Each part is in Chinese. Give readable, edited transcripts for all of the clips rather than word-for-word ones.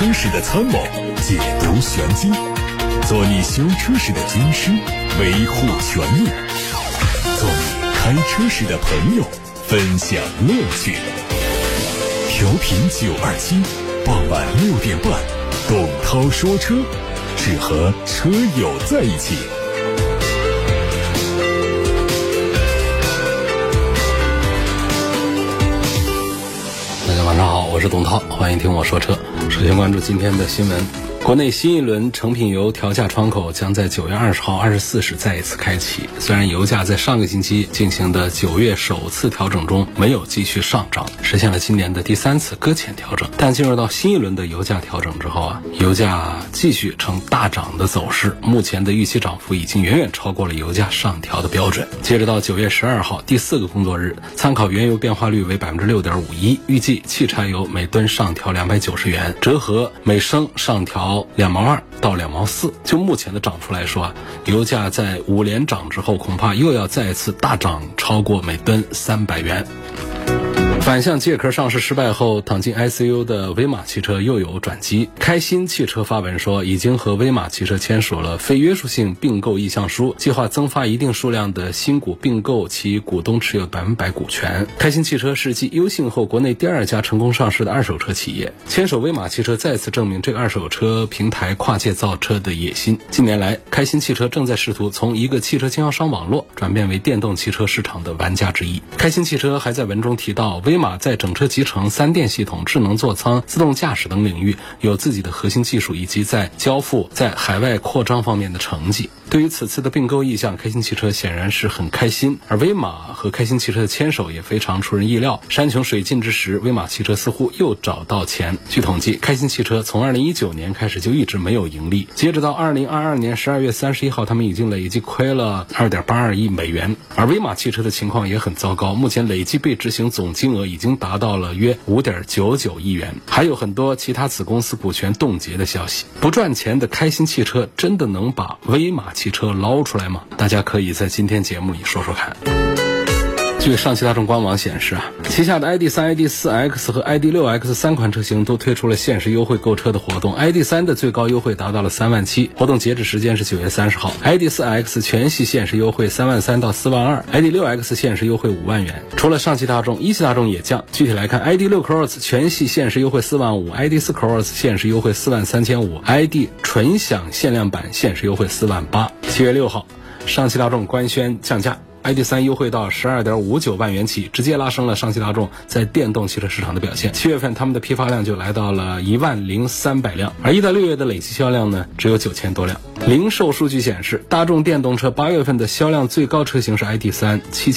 车时的参谋，解读玄机，做你修车时的军师，维护权益，做你开车时的朋友，分享乐趣。调频927，傍晚6点半，董涛说车，只和车友在一起。 大家晚上好，我是董涛，欢迎听我说车。首先关注今天的新闻。国内新一轮成品油调价窗口将在9月20号24时再一次开启。虽然油价在上个星期进行的9月首次调整中没有继续上涨，实现了今年的第3次搁浅调整，但进入到新一轮的油价调整之后油价继续呈大涨的走势，目前的预期涨幅已经远远超过了油价上调的标准。截止到9月12号第4个工作日，参考原油变化率为 6.51%， 预计汽柴油每吨上调290元，折合每升上调2毛2到2毛4。就目前的涨幅来说油价在5连涨之后，恐怕又要再次大涨超过每吨300元。反向借壳上市失败后躺进 ICU 的威马汽车又有转机。开心汽车发文说，已经和威马汽车签署了非约束性并购意向书，计划增发一定数量的新股并购其股东持有100%股权。开心汽车是继优信后国内第2家成功上市的二手车企业，牵手威马汽车再次证明这个二手车平台跨界造车的野心。近年来，开心汽车正在试图从一个汽车经销商网络转变为电动汽车市场的玩家之一。开心汽车还在文中提到，威马在整车集成、3电系统、智能座舱、自动驾驶等领域有自己的核心技术，以及在交付、在海外扩张方面的成绩。对于此次的并购意向，开心汽车显然是很开心，而威马和开心汽车的牵手也非常出人意料。山穷水尽之时，威马汽车似乎又找到钱。据统计，开心汽车从2019年开始就一直没有盈利，截止到2022年12月31号，他们已经累计亏了2.82亿美元。而威马汽车的情况也很糟糕，目前累计被执行总金额已经达到了约5.99亿元，还有很多其他子公司股权冻结的消息。不赚钱的开心汽车真的能把威马汽车捞出来吗？大家可以在今天节目里说说看。据上汽大众官网显示旗下的 ID.3、ID.4X 和 ID.6X 3款车型都推出了限时优惠购车的活动。ID.3 的最高优惠达到了37000，活动截止时间是9月30号。ID.4X 全系限时优惠33000到42000， ID.6X 限时优惠5万元。除了上汽大众，一汽大众也降。具体来看， ID.6 Cross 全系限时优惠45000， ID.4 Cross 限时优惠43500， ID 纯享限量版限时优惠48000。7月6号，上汽大众官宣降价，ID.3 优惠到12.59万元起，直接拉升了上汽大众在电动汽车市场的表现。7月份他们的批发量就来到了10300辆，而1到6月的累计销量呢，只有9000多辆。零售数据显示，大众电动车8月份的销量最高车型是 ID.3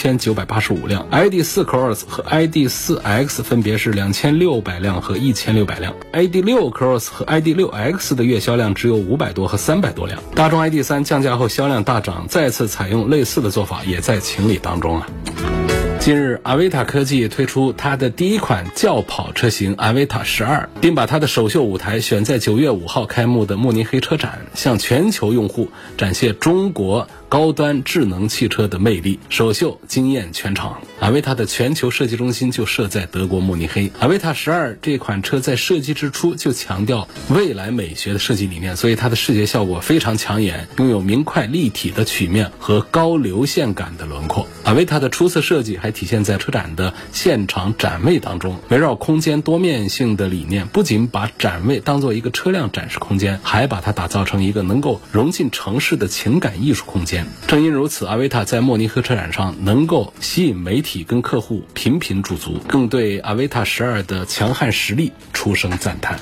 7985辆， ID.4 Cross 和 ID.4X 分别是2600辆和1600辆， ID.6 Cross 和 ID.6X 的月销量只有500多和300多辆。大众 ID.3 降价后销量大涨，再次采用类似的做法也在情理当中近日，阿维塔科技推出它的第一款轿跑车型阿维塔12，并把它的首秀舞台选在9月5号开幕的慕尼黑车展，向全球用户展现中国高端智能汽车的魅力。首秀惊艳全场，阿维塔的全球设计中心就设在德国慕尼黑。阿维塔12这款车在设计之初就强调未来美学的设计理念，所以它的视觉效果非常抢眼，拥有明快立体的曲面和高流线感的轮廓。阿维塔的出色设计还体现在车展的现场展位当中，围绕空间多面性的理念，不仅把展位当作一个车辆展示空间，还把它打造成一个能够融进城市的情感艺术空间。正因如此，阿维塔在慕尼黑车展上能够吸引媒体跟客户频频驻足，更对阿维塔12的强悍实力出声赞叹。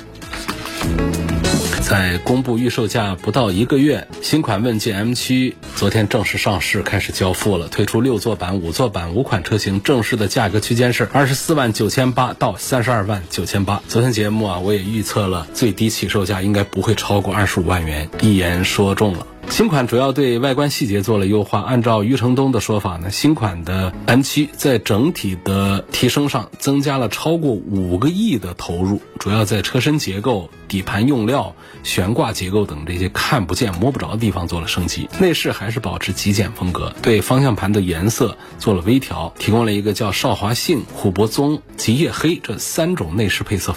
在公布预售价不到1个月，新款问界 M7 昨天正式上市，开始交付了。推出6座版、5座版5款车型，正式的价格区间是249800到329800。昨天节目我也预测了最低起售价应该不会超过25万元，一言说中了。新款主要对外观细节做了优化，按照余承东的说法呢，新款的 M7 在整体的提升上增加了超过5个亿的投入，主要在车身结构、底盘用料、悬挂结构等这些看不见摸不着的地方做了升级。内饰还是保持极简风格，对方向盘的颜色做了微调，提供了一个叫少华杏、琥珀棕、极夜黑这3种内饰配色方案。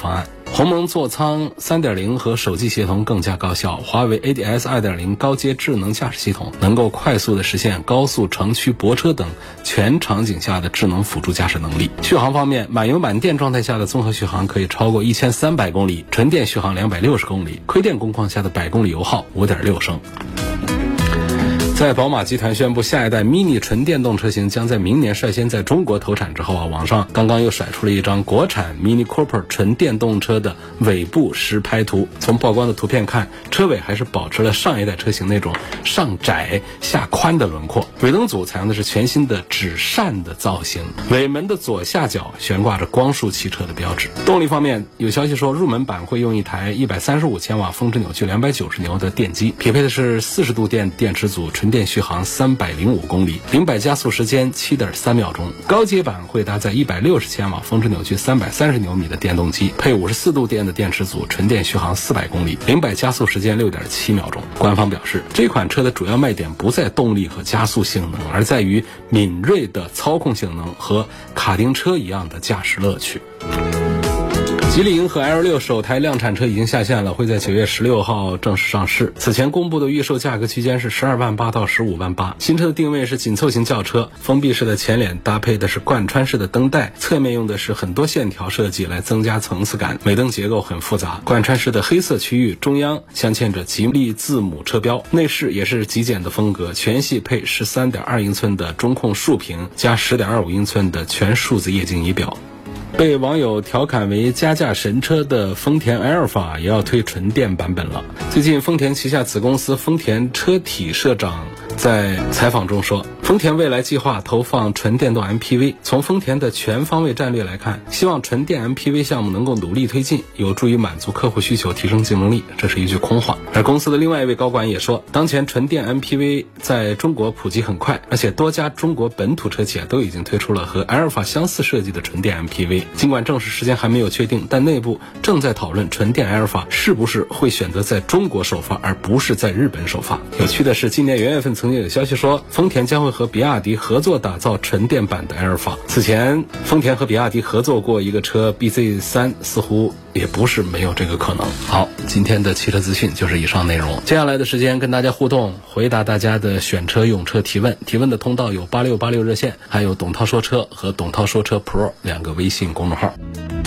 鸿蒙座舱 3.0 和手机协同更加高效，华为 ADS 2.0 高阶智能驾驶系统能够快速的实现高速城区泊车等全场景下的智能辅助驾驶能力。续航方面，满油满电状态下的综合续航可以超过1300公里，纯电续航260公里，亏电工况下的100公里油耗 5.6 升。在宝马集团宣布下一代 mini 纯电动车型将在明年率先在中国投产之后网上刚刚又甩出了一张国产 Mini Cooper 纯电动车的尾部实拍图。从曝光的图片看，车尾还是保持了上一代车型那种上窄下宽的轮廓，尾灯组采用的是全新的纸扇的造型，尾门的左下角悬挂着光束汽车的标志。动力方面，有消息说入门版会用一台135千瓦峰值扭矩290牛的电机，匹配的是40度电电池组，纯电续航305公里，0-100加速时间 7.3 秒钟。高阶版会搭载160千瓦峰值扭矩330牛米的电动机，配54度电的电池组，纯电续航400公里，0-100加速时间 6.7 秒钟。官方表示，这款车的主要卖点不在动力和加速性能，而在于敏锐的操控性能和卡丁车一样的驾驶乐趣。吉利银河 L6 首台量产车已经下线了，会在9月16号正式上市。此前公布的预售价格区间是12万8到15万8。新车的定位是紧凑型轿车，封闭式的前脸搭配的是贯穿式的灯带，侧面用的是很多线条设计来增加层次感，尾灯结构很复杂。贯穿式的黑色区域中央镶嵌着吉利字母车标，内饰也是极简的风格，全系配 13.2 英寸的中控竖屏加 10.25 英寸的全数字液晶仪表。被网友调侃为加价神车的丰田埃尔法也要推纯电版本了。最近丰田旗下子公司丰田车体社长在采访中说，丰田未来计划投放纯电动 MPV。 从丰田的全方位战略来看，希望纯电 MPV 项目能够努力推进，有助于满足客户需求，提升竞争力，这是一句空话。而公司的另外一位高管也说，当前纯电 MPV 在中国普及很快，而且多家中国本土车企都已经推出了和埃尔法相似设计的纯电 MPV。尽管正式时间还没有确定，但内部正在讨论纯电埃尔法是不是会选择在中国首发，而不是在日本首发。有趣的是，今年元月份曾经有消息说，丰田将会和比亚迪合作打造纯电版的埃尔法。此前丰田和比亚迪合作过一个车 BZ3， 似乎也不是没有这个可能。好，今天的汽车资讯就是以上内容。接下来的时间跟大家互动，回答大家的选车用车提问。提问的通道有8686热线，还有董涛说车和董涛说车 Pro 两个微信公众号。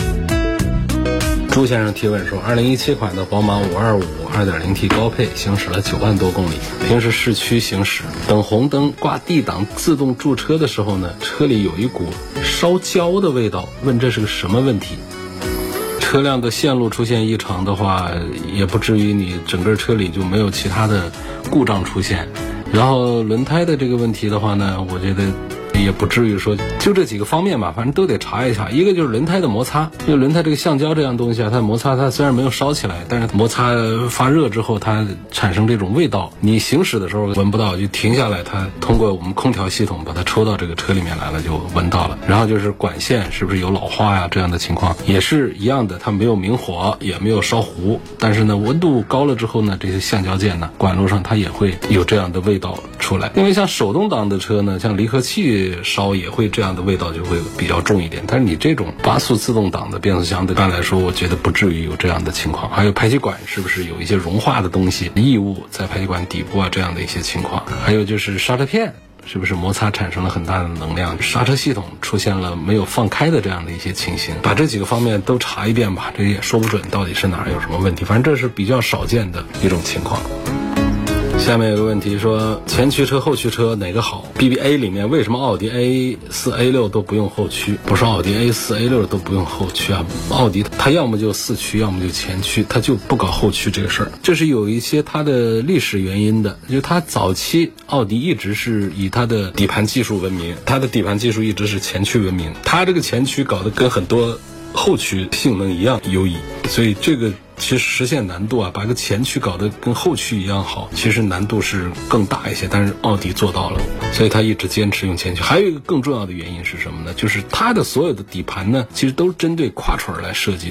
朱先生提问说，2017款的宝马525 2.0T 高配行驶了9万多公里，平时市区行驶，等红灯挂 D 档自动驻车的时候呢，车里有一股烧焦的味道，问这是个什么问题？车辆的线路出现异常的话，也不至于你整个车里就没有其他的故障出现。然后轮胎的这个问题的话呢，我觉得也不至于说就这几个方面吧，反正都得查一查。一个就是轮胎的摩擦，因为轮胎这个橡胶这样东西啊，它摩擦它虽然没有烧起来，但是摩擦发热之后它产生这种味道，你行驶的时候闻不到，就停下来，它通过我们空调系统把它抽到这个车里面来了，就闻到了。然后就是管线是不是有老化呀，这样的情况也是一样的，它没有明火也没有烧糊，但是呢温度高了之后呢，这些橡胶件呢管路上它也会有这样的味道出来。因为像手动挡的车呢，像离合器烧也会这样的味道就会比较重一点，但是你这种8速自动挡的变速箱的般来说，我觉得不至于有这样的情况。还有排气管是不是有一些融化的东西异物在排气管底部啊，这样的一些情况。还有就是刹车片是不是摩擦产生了很大的能量，刹车系统出现了没有放开的这样的一些情形。把这几个方面都查一遍吧，这也说不准到底是哪儿有什么问题，反正这是比较少见的一种情况。下面有个问题说，前驱车后驱车哪个好？ BBA 里面为什么奥迪 A4 A6 都不用后驱？不是奥迪 A4 A6 都不用后驱啊，奥迪它要么就四驱，要么就前驱，它就不搞后驱这个事儿。这是有一些它的历史原因的，就它早期奥迪一直是以它的底盘技术闻名，它的底盘技术一直是前驱闻名，它这个前驱搞得跟很多后驱性能一样优异，所以这个其实实现难度啊，把个前驱搞得跟后驱一样好，其实难度是更大一些，但是奥迪做到了，所以他一直坚持用前驱。还有一个更重要的原因是什么呢？就是它的所有的底盘呢，其实都是针对跨腿来设计的。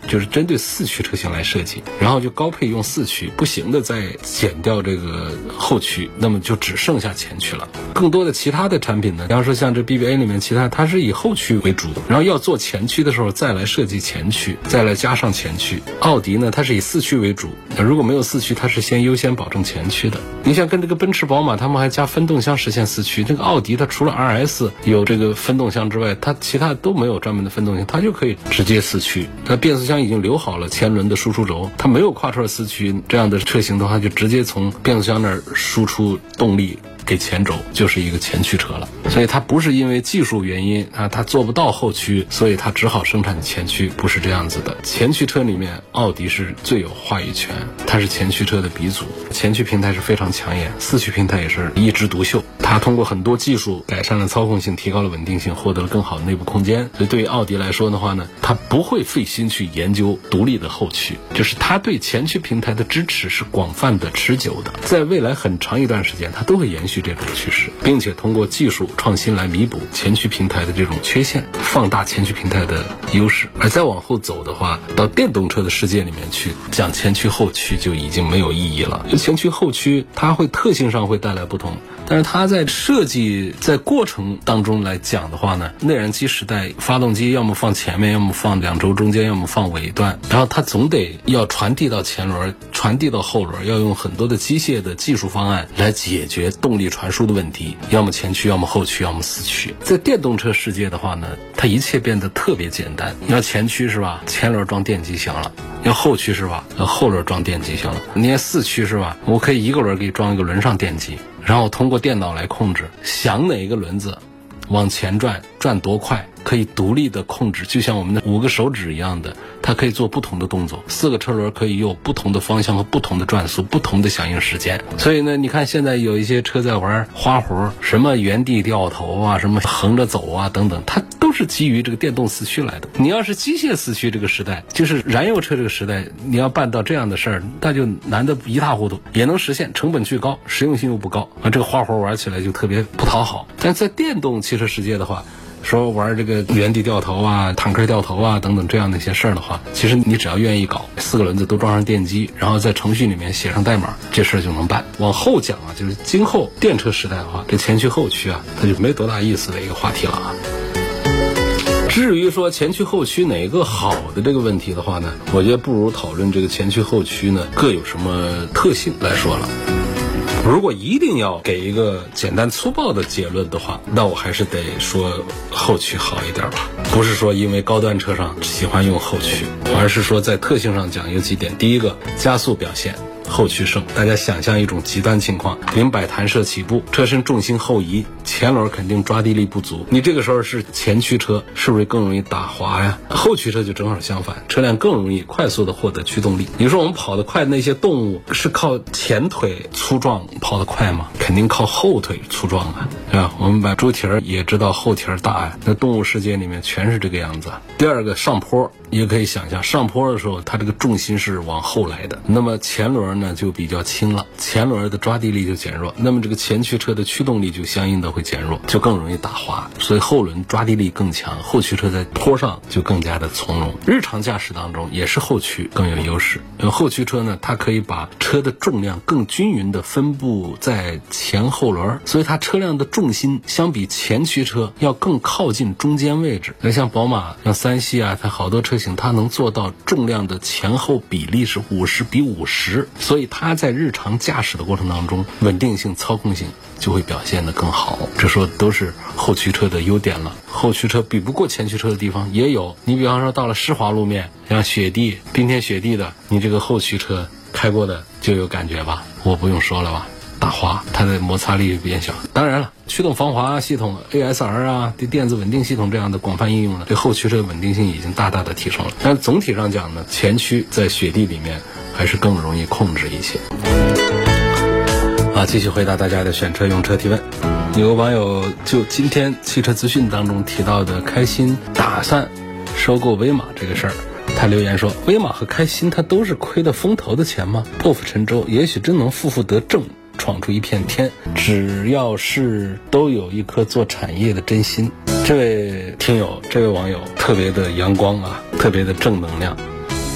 就是针对四驱车型来设计，然后就高配用四驱，不行的再减掉这个后驱，那么就只剩下前驱了。更多的其他的产品呢，比方说像这 BBA 里面其他它是以后驱为主的，然后要做前驱的时候再来设计前驱，再来加上前驱。奥迪呢它是以四驱为主，如果没有四驱它是先优先保证前驱的。你像跟这个奔驰宝马他们还加分动箱实现四驱，这个奥迪它除了 RS 有这个分动箱之外，它其他都没有专门的分动箱，它就可以直接四驱。它变速箱已经留好了前轮的输出轴，它没有跨串四驱这样的车型的话，就直接从变速箱那儿输出动力给前轴，就是一个前驱车了。所以它不是因为技术原因啊，它做不到后驱，所以它只好生产前驱，不是这样子的。前驱车里面奥迪是最有话语权，它是前驱车的鼻祖，前驱平台是非常抢眼，四驱平台也是一枝独秀。它通过很多技术改善了操控性，提高了稳定性，获得了更好的内部空间。所以对于奥迪来说的话呢，它不会费心去研究独立的后驱，就是它对前驱平台的支持是广泛的、持久的，在未来很长一段时间它都会延续这种趋势，并且通过技术创新来弥补前驱平台的这种缺陷，放大前驱平台的优势。而再往后走的话，到电动车的世界里面去讲前驱后驱就已经没有意义了。前驱后驱它会特性上会带来不同，但是它在设计在过程当中来讲的话呢，内燃机时代发动机要么放前面，要么放两轴中间，要么放尾段，然后它总得要传递到前轮，传递到后轮，要用很多的机械的技术方案来解决动力传输的问题，要么前驱，要么后驱，要么四驱。在电动车世界的话呢，它一切变得特别简单。你要前驱是吧，前轮装电机行了；要后驱是吧，要后轮装电机行了。你要四驱是吧，我可以一个轮给你装一个轮上电机，然后通过电脑来控制，想哪一个轮子往前转多快，可以独立的控制，就像我们的5个手指一样的，它可以做不同的动作。4个车轮可以有不同的方向和不同的转速，不同的响应时间。所以呢，你看现在有一些车在玩花活，什么原地掉头啊，什么横着走啊等等，它都是基于这个电动四驱来的。你要是机械四驱这个时代，就是燃油车这个时代，你要办到这样的事儿，那就难得一塌糊涂，也能实现，成本巨高，实用性又不高啊，这个花活玩起来就特别不讨好。但在电动汽车世界的话，说玩这个原地掉头啊、坦克掉头啊等等这样的一些事儿的话，其实你只要愿意搞，4个轮子都装上电机，然后在程序里面写上代码，这事儿就能办。往后讲啊，就是今后电车时代的话，这前驱后驱啊，它就没多大意思的一个话题了啊。至于说前驱后驱哪个好的这个问题的话呢，我觉得不如讨论这个前驱后驱呢各有什么特性来说了。如果一定要给一个简单粗暴的结论的话，那我还是得说后驱好一点吧。不是说因为高端车上喜欢用后驱，而是说在特性上讲有几点。第一个，加速表现后驱胜。大家想象一种极端情况，零摆弹射起步，车身重心后移，前轮肯定抓地力不足，你这个时候是前驱车，是不是更容易打滑呀？后驱车就正好相反，车辆更容易快速的获得驱动力。你说我们跑得快的那些动物是靠前腿粗壮跑得快吗？肯定靠后腿粗壮啊，对吧？我们把猪蹄儿也知道后蹄儿大呀，那动物世界里面全是这个样子。第二个，上坡也可以想象，上坡的时候它这个重心是往后来的，那么前轮呢就比较轻了，前轮的抓地力就减弱，那么这个前驱车的驱动力就相应的会减弱，就更容易打滑，所以后轮抓地力更强，后驱车在坡上就更加的从容。日常驾驶当中也是后驱更有优势，因为后驱车呢它可以把车的重量更均匀的分布在前后轮，所以它车辆的重心相比前驱车要更靠近中间位置。像宝马像3系啊，它好多车型它能做到重量的前后比例是50:50，所以它在日常驾驶的过程当中稳定性操控性就会表现得更好。这说都是后驱车的优点了。后驱车比不过前驱车的地方也有，你比方说到了湿滑路面，像雪地冰天雪地的，你这个后驱车开过的就有感觉吧，我不用说了吧，打滑它的摩擦力变小。当然了，驱动防滑系统 ASR 啊，对电子稳定系统这样的广泛应用呢，对后驱车的稳定性已经大大的提升了。但总体上讲呢，前驱在雪地里面还是更容易控制一些。继续回答大家的选车用车提问。有个网友就今天汽车资讯当中提到的开心打算收购威马这个事儿，他留言说，威马和开心它都是亏了风投的钱吗？破釜沉舟，也许真能负负得正，闯出一片天，只要是都有一颗做产业的真心。这位听友，这位网友特别的阳光啊，特别的正能量。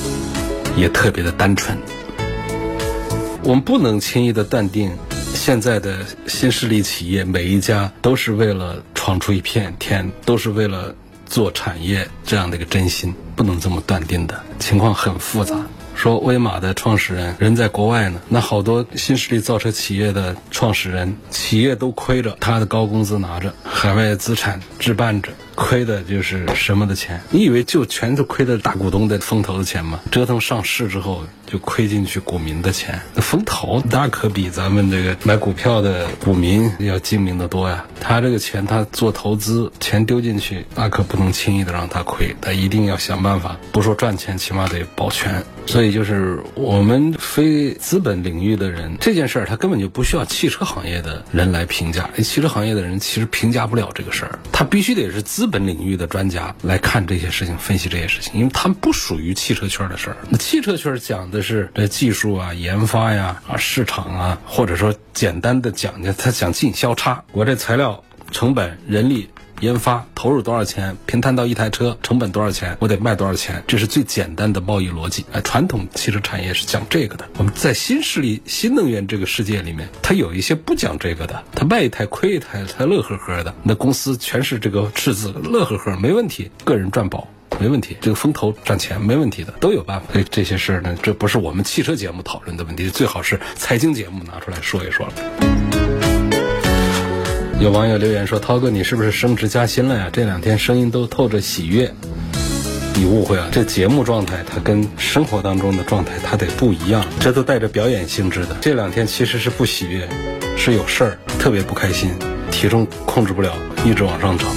也特别的单纯。我们不能轻易的断定现在的新势力企业每一家都是为了闯出一片天，都是为了做产业这样的一个真心，不能这么断定的，情况很复杂。说威马的创始人人在国外呢，那好多新势力造车企业的创始人，企业都亏着，他的高工资拿着，海外资产置办着，亏的就是什么的钱？你以为就全都亏的大股东的风投的钱吗？折腾上市之后就亏进去股民的钱，那风投那可比咱们这个买股票的股民要精明的多呀。他这个钱他做投资，钱丢进去，那可不能轻易的让他亏，他一定要想办法，不说赚钱，起码得保全。所以就是我们非资本领域的人，这件事儿他根本就不需要汽车行业的人来评价，汽车行业的人其实评价不了这个事儿，他必须得是资本领域的专家来看这些事情，分析这些事情，因为他们不属于汽车圈的事儿。那汽车圈讲的是这技术啊、研发呀、市场啊，或者说简单的讲他讲进销差，我这材料成本、人力研发投入多少钱，平摊到一台车成本多少钱，我得卖多少钱，这是最简单的贸易逻辑。传统汽车产业是讲这个的。我们在新势力新能源这个世界里面，它有一些不讲这个的，它卖一台亏一台，它乐呵呵的，那公司全是这个赤字，乐呵呵没问题，个人赚饱没问题，这个风投赚钱没问题的，都有办法。所以这些事呢，这不是我们汽车节目讨论的问题，最好是财经节目拿出来说一说了。有网友留言说，涛哥你是不是升职加薪了呀？这两天声音都透着喜悦。你误会了，这节目状态它跟生活当中的状态它得不一样，这都带着表演性质的。这两天其实是不喜悦，是有事儿，特别不开心，体重控制不了，一直往上涨。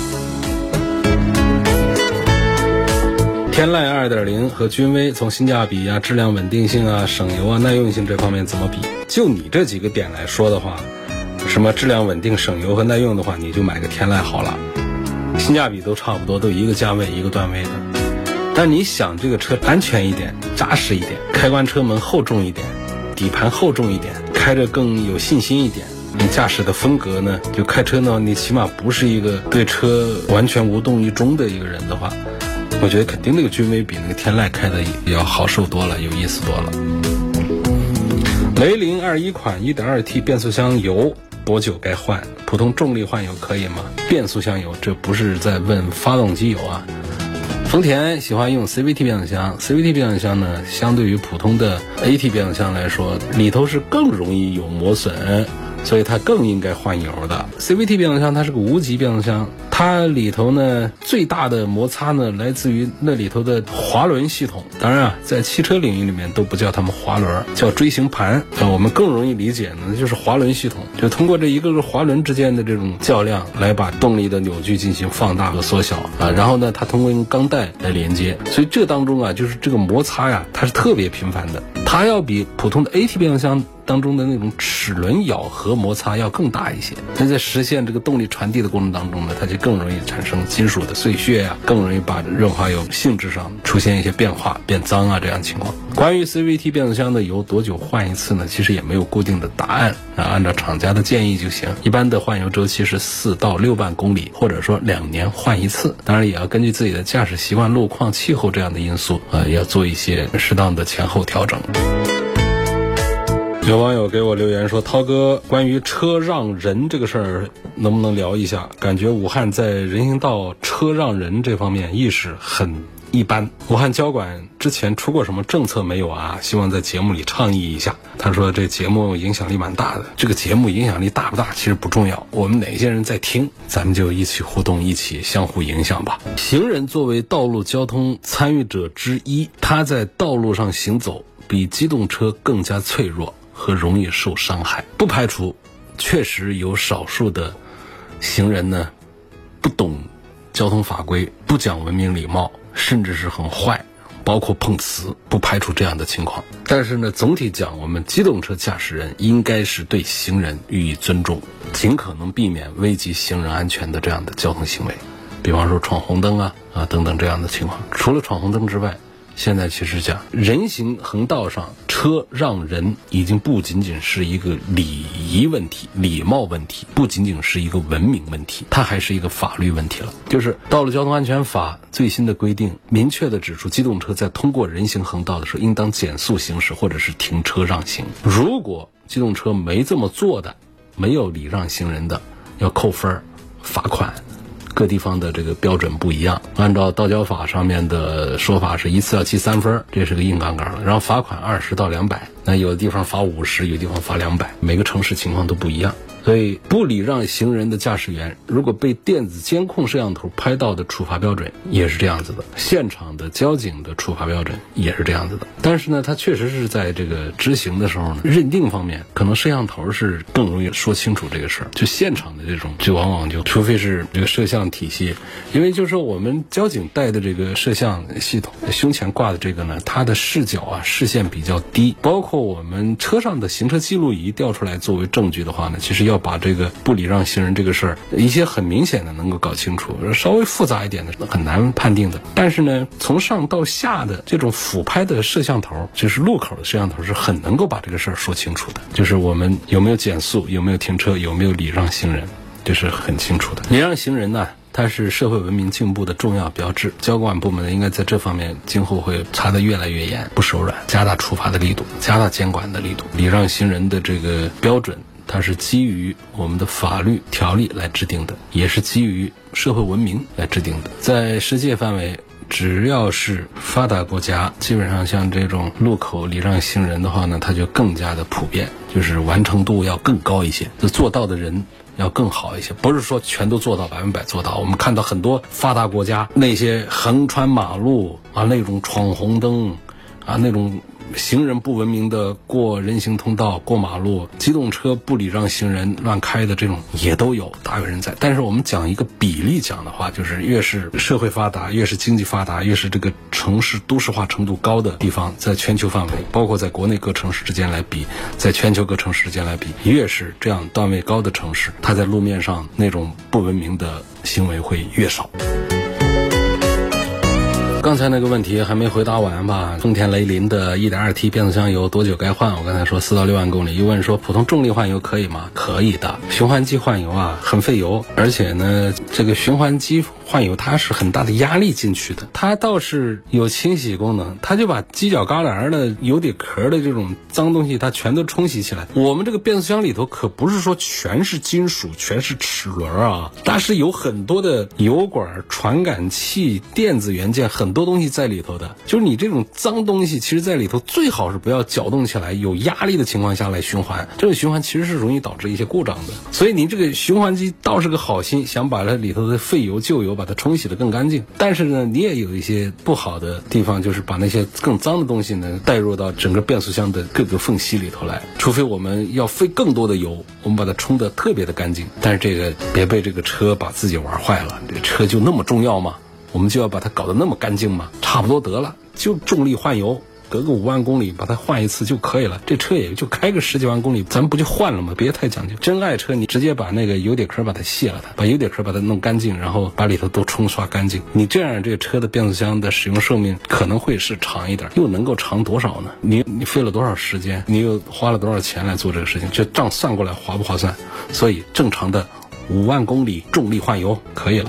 天籁 2.0 和君威从性价比啊、质量稳定性啊、省油啊、耐用性这方面怎么比？就你这几个点来说的话，什么质量稳定、省油和耐用的话，你就买个天籁好了，性价比都差不多，都一个价位一个段位的。但你想这个车安全一点、扎实一点，开关车门厚重一点，底盘厚重一点，开着更有信心一点，你驾驶的风格呢，就开车呢，你起码不是一个对车完全无动于衷的一个人的话，我觉得肯定那个君威比那个天籁开的也要好受多了，有意思多了。雷凌21款 1.2T 变速箱油多久该换？普通重力换油可以吗？变速箱油这不是在问发动机油啊。丰田喜欢用 CVT 变速箱， CVT 变速箱呢，相对于普通的 AT 变速箱来说，里头是更容易有磨损，所以它更应该换油的。 CVT 变速箱它是个无级变速箱，它里头呢最大的摩擦呢来自于那里头的滑轮系统。当然啊，在汽车领域里面都不叫它们滑轮，叫锥形盘。我们更容易理解呢就是滑轮系统，就通过这一个个滑轮之间的这种较量来把动力的扭矩进行放大和缩小啊。然后呢它通过用钢带来连接，所以这当中啊就是这个摩擦呀它是特别频繁的，它要比普通的 AT 变速箱当中的那种齿轮咬合摩擦要更大一些。那在实现这个动力传递的过程当中呢，它就更容易产生金属的碎屑啊，更容易把润滑油性质上出现一些变化、变脏啊这样情况。关于 CVT 变速箱的油多久换一次呢？其实也没有固定的答案啊，按照厂家的建议就行。一般的换油周期是4到6万公里，或者说2年换一次。当然也要根据自己的驾驶习惯、路况、气候这样的因素要做一些适当的前后调整。有网友给我留言说，涛哥关于车让人这个事儿能不能聊一下？感觉武汉在人行道车让人这方面意识很一般。武汉交管之前出过什么政策没有啊？希望在节目里倡议一下。他说这节目影响力蛮大的，这个节目影响力大不大其实不重要，我们哪些人在听，咱们就一起互动，一起相互影响吧。行人作为道路交通参与者之一，他在道路上行走比机动车更加脆弱和容易受伤害。不排除确实有少数的行人呢不懂交通法规，不讲文明礼貌，甚至是很坏，包括碰瓷，不排除这样的情况。但是呢，总体讲，我们机动车驾驶人应该是对行人予以尊重，尽可能避免危及行人安全的这样的交通行为，比方说闯红灯啊等等这样的情况。除了闯红灯之外， 现在其实讲人行横道上车让人已经不仅仅是一个礼仪问题、礼貌问题，不仅仅是一个文明问题，它还是一个法律问题了。就是道路交通安全法最新的规定明确的指出，机动车在通过人行横道的时候应当减速行驶或者是停车让行。如果机动车没这么做的，没有礼让行人的，要扣分罚款。各地方的这个标准不一样，按照道交法上面的说法是一次要记3分，这是个硬杠杠的，然后罚款20到200，那有的地方罚50，有的地方罚200，每个城市情况都不一样。所以不礼让行人的驾驶员，如果被电子监控摄像头拍到的处罚标准也是这样子的，现场的交警的处罚标准也是这样子的。但是呢，它确实是在这个执行的时候呢，认定方面可能摄像头是更容易说清楚这个事儿，就现场的这种就往往就除非是这个摄像体系，因为就是说我们交警带的这个摄像系统胸前挂的这个呢，它的视角啊视线比较低，包括我们车上的行车记录仪调出来作为证据的话呢，其实要把这个不礼让行人这个事儿一些很明显的能够搞清楚，稍微复杂一点的很难判定的。但是呢，从上到下的这种俯拍的摄像头，就是路口的摄像头是很能够把这个事儿说清楚的，就是我们有没有减速，有没有停车，有没有礼让行人，这是很清楚的。礼让行人呢，它是社会文明进步的重要标志，交管部门应该在这方面今后会查得越来越严，不手软，加大处罚的力度，加大监管的力度。礼让行人的这个标准，它是基于我们的法律条例来制定的，也是基于社会文明来制定的。在世界范围，只要是发达国家，基本上像这种路口礼让行人的话呢，它就更加的普遍，就是完成度要更高一些，就做到的人要更好一些，不是说全都做到100%做到。我们看到很多发达国家那些横穿马路啊，那种闯红灯啊，那种行人不文明的过人行通道、过马路，机动车不礼让行人乱开的这种也都有，大有人在。但是我们讲一个比例讲的话，就是越是社会发达，越是经济发达，越是这个城市都市化程度高的地方，在全球范围，包括在国内各城市之间来比，在全球各城市之间来比，越是这样段位高的城市，它在路面上那种不文明的行为会越少。刚才那个问题还没回答完吧？丰田雷凌的 1.2T 变速箱油多久该换？我刚才说4到6万公里。又问说普通重力换油可以吗？可以的。循环机换油啊很费油，而且呢这个循环机换油它是很大的压力进去的，它倒是有清洗功能，它就把犄角旮旯的油底壳的这种脏东西它全都冲洗起来。我们这个变速箱里头可不是说全是金属全是齿轮啊，它是有很多的油管、传感器、电子元件，很多东西在里头的。就是你这种脏东西其实在里头最好是不要搅动起来，有压力的情况下来循环，这个循环其实是容易导致一些故障的。所以你这个循环机倒是个好心，想把它里头的废油旧油把它冲洗得更干净，但是呢你也有一些不好的地方，就是把那些更脏的东西呢带入到整个变速箱的各个缝隙里头来。除非我们要费更多的油，我们把它冲得特别的干净，但是这个别被这个车把自己玩坏了。这车就那么重要吗？我们就要把它搞得那么干净吗？差不多得了，就重力换油，隔个5万公里把它换一次就可以了。这车也就开个10几万公里，咱不就换了吗？别太讲究。真爱车你直接把那个油底壳把它卸了，把油底壳把它弄干净，然后把里头都冲刷干净。你这样这个车的变速箱的使用寿命可能会是长一点，又能够长多少呢？你费了多少时间，你又花了多少钱来做这个事情，这账算过来划不划算？所以正常的5万公里重力换油可以了。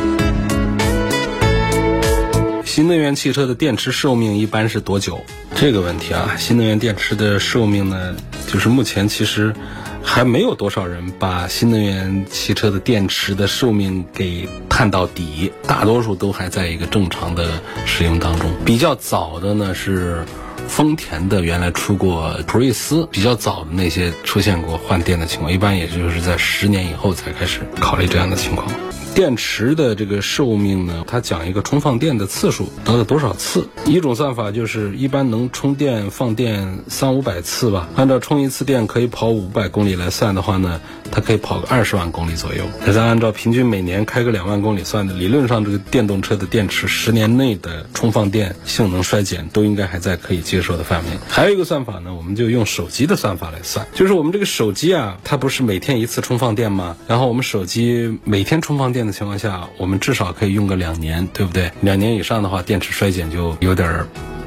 新能源汽车的电池寿命一般是多久？这个问题啊，新能源电池的寿命呢，就是目前其实还没有多少人把新能源汽车的电池的寿命给探到底，大多数都还在一个正常的使用当中。比较早的呢是丰田的原来出过普锐斯，比较早的那些出现过换电的情况，一般也就是在10年以后才开始考虑这样的情况。电池的这个寿命呢，它讲一个充放电的次数得了多少次。一种算法就是一般能充电放电300-500次吧，按照充一次电可以跑500公里来算的话呢，它可以跑个20万公里左右。再按照平均每年开个2万公里算的，理论上这个电动车的电池10年内的充放电性能衰减都应该还在可以接受的范围。还有一个算法呢，我们就用手机的算法来算，就是我们这个手机啊，它不是每天一次充放电吗？然后我们手机每天充放电的情况下，我们至少可以用个2年，对不对？2年以上的话，电池衰减就有点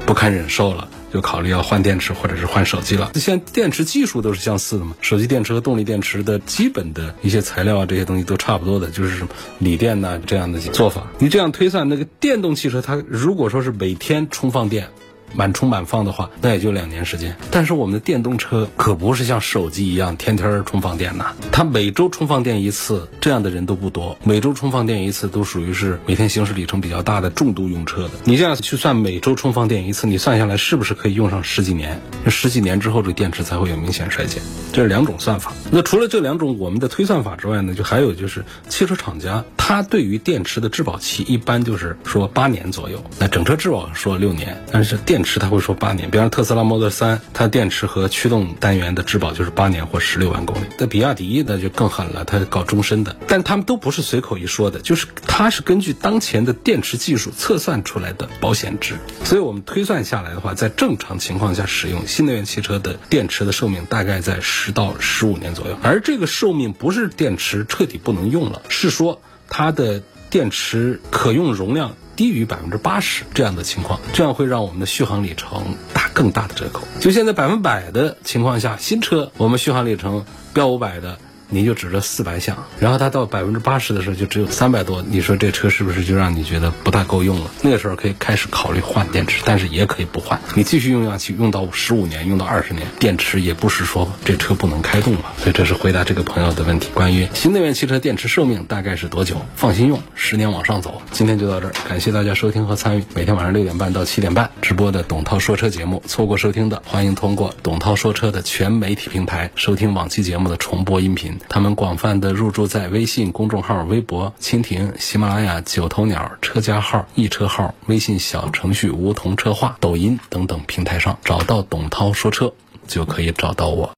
不堪忍受了，就考虑要换电池或者是换手机了。现在电池技术都是相似的嘛，手机电池和动力电池的基本的一些材料啊，这些东西都差不多的，就是锂电呐这样的做法。你这样推算，那个电动汽车它如果说是每天充放电，满充满放的话，那也就2年时间。但是我们的电动车可不是像手机一样天天充放电呐，它每周充放电一次，这样的人都不多。每周充放电一次都属于是每天行驶里程比较大的重度用车的。你这样去算每周充放电一次，你算下来是不是可以用上10几年？10几年之后，这个电池才会有明显衰减。这是2种算法。那除了这2种我们的推算法之外呢，就还有就是汽车厂家它对于电池的质保期一般就是说8年左右。那整车质保说6年，但是电池它会说8年。比方特斯拉 Model 3，它电池和驱动单元的质保就是8年或16万公里。那比亚迪那就更狠了，它搞终身的。但他们都不是随口一说的，就是它是根据当前的电池技术测算出来的保险值。所以我们推算下来的话，在正常情况下使用新能源汽车的电池的寿命大概在10到15年左右。而这个寿命不是电池彻底不能用了，是说它的电池可用容量低于80%这样的情况，这样会让我们的续航里程打更大的折扣。就现在100%的情况下，新车我们续航里程标500的，你就指着400项，然后它到80%的时候就只有300多，你说这车是不是就让你觉得不大够用了？那个时候可以开始考虑换电池，但是也可以不换，你继续用下去，用到15年，用到20年，电池也不是说这车不能开动了。所以这是回答这个朋友的问题，关于新能源汽车电池寿命大概是多久？放心用，10年往上走。今天就到这儿，感谢大家收听和参与每天晚上6点半到7点半直播的董涛说车节目。错过收听的，欢迎通过董涛说车的全媒体平台收听往期节目的重播音频。他们广泛的入驻在微信公众号、微博、蜻蜓、喜马拉雅、九头鸟、车家号、易车号、微信小程序梧桐车话、抖音等等平台上，找到董涛说车就可以找到我。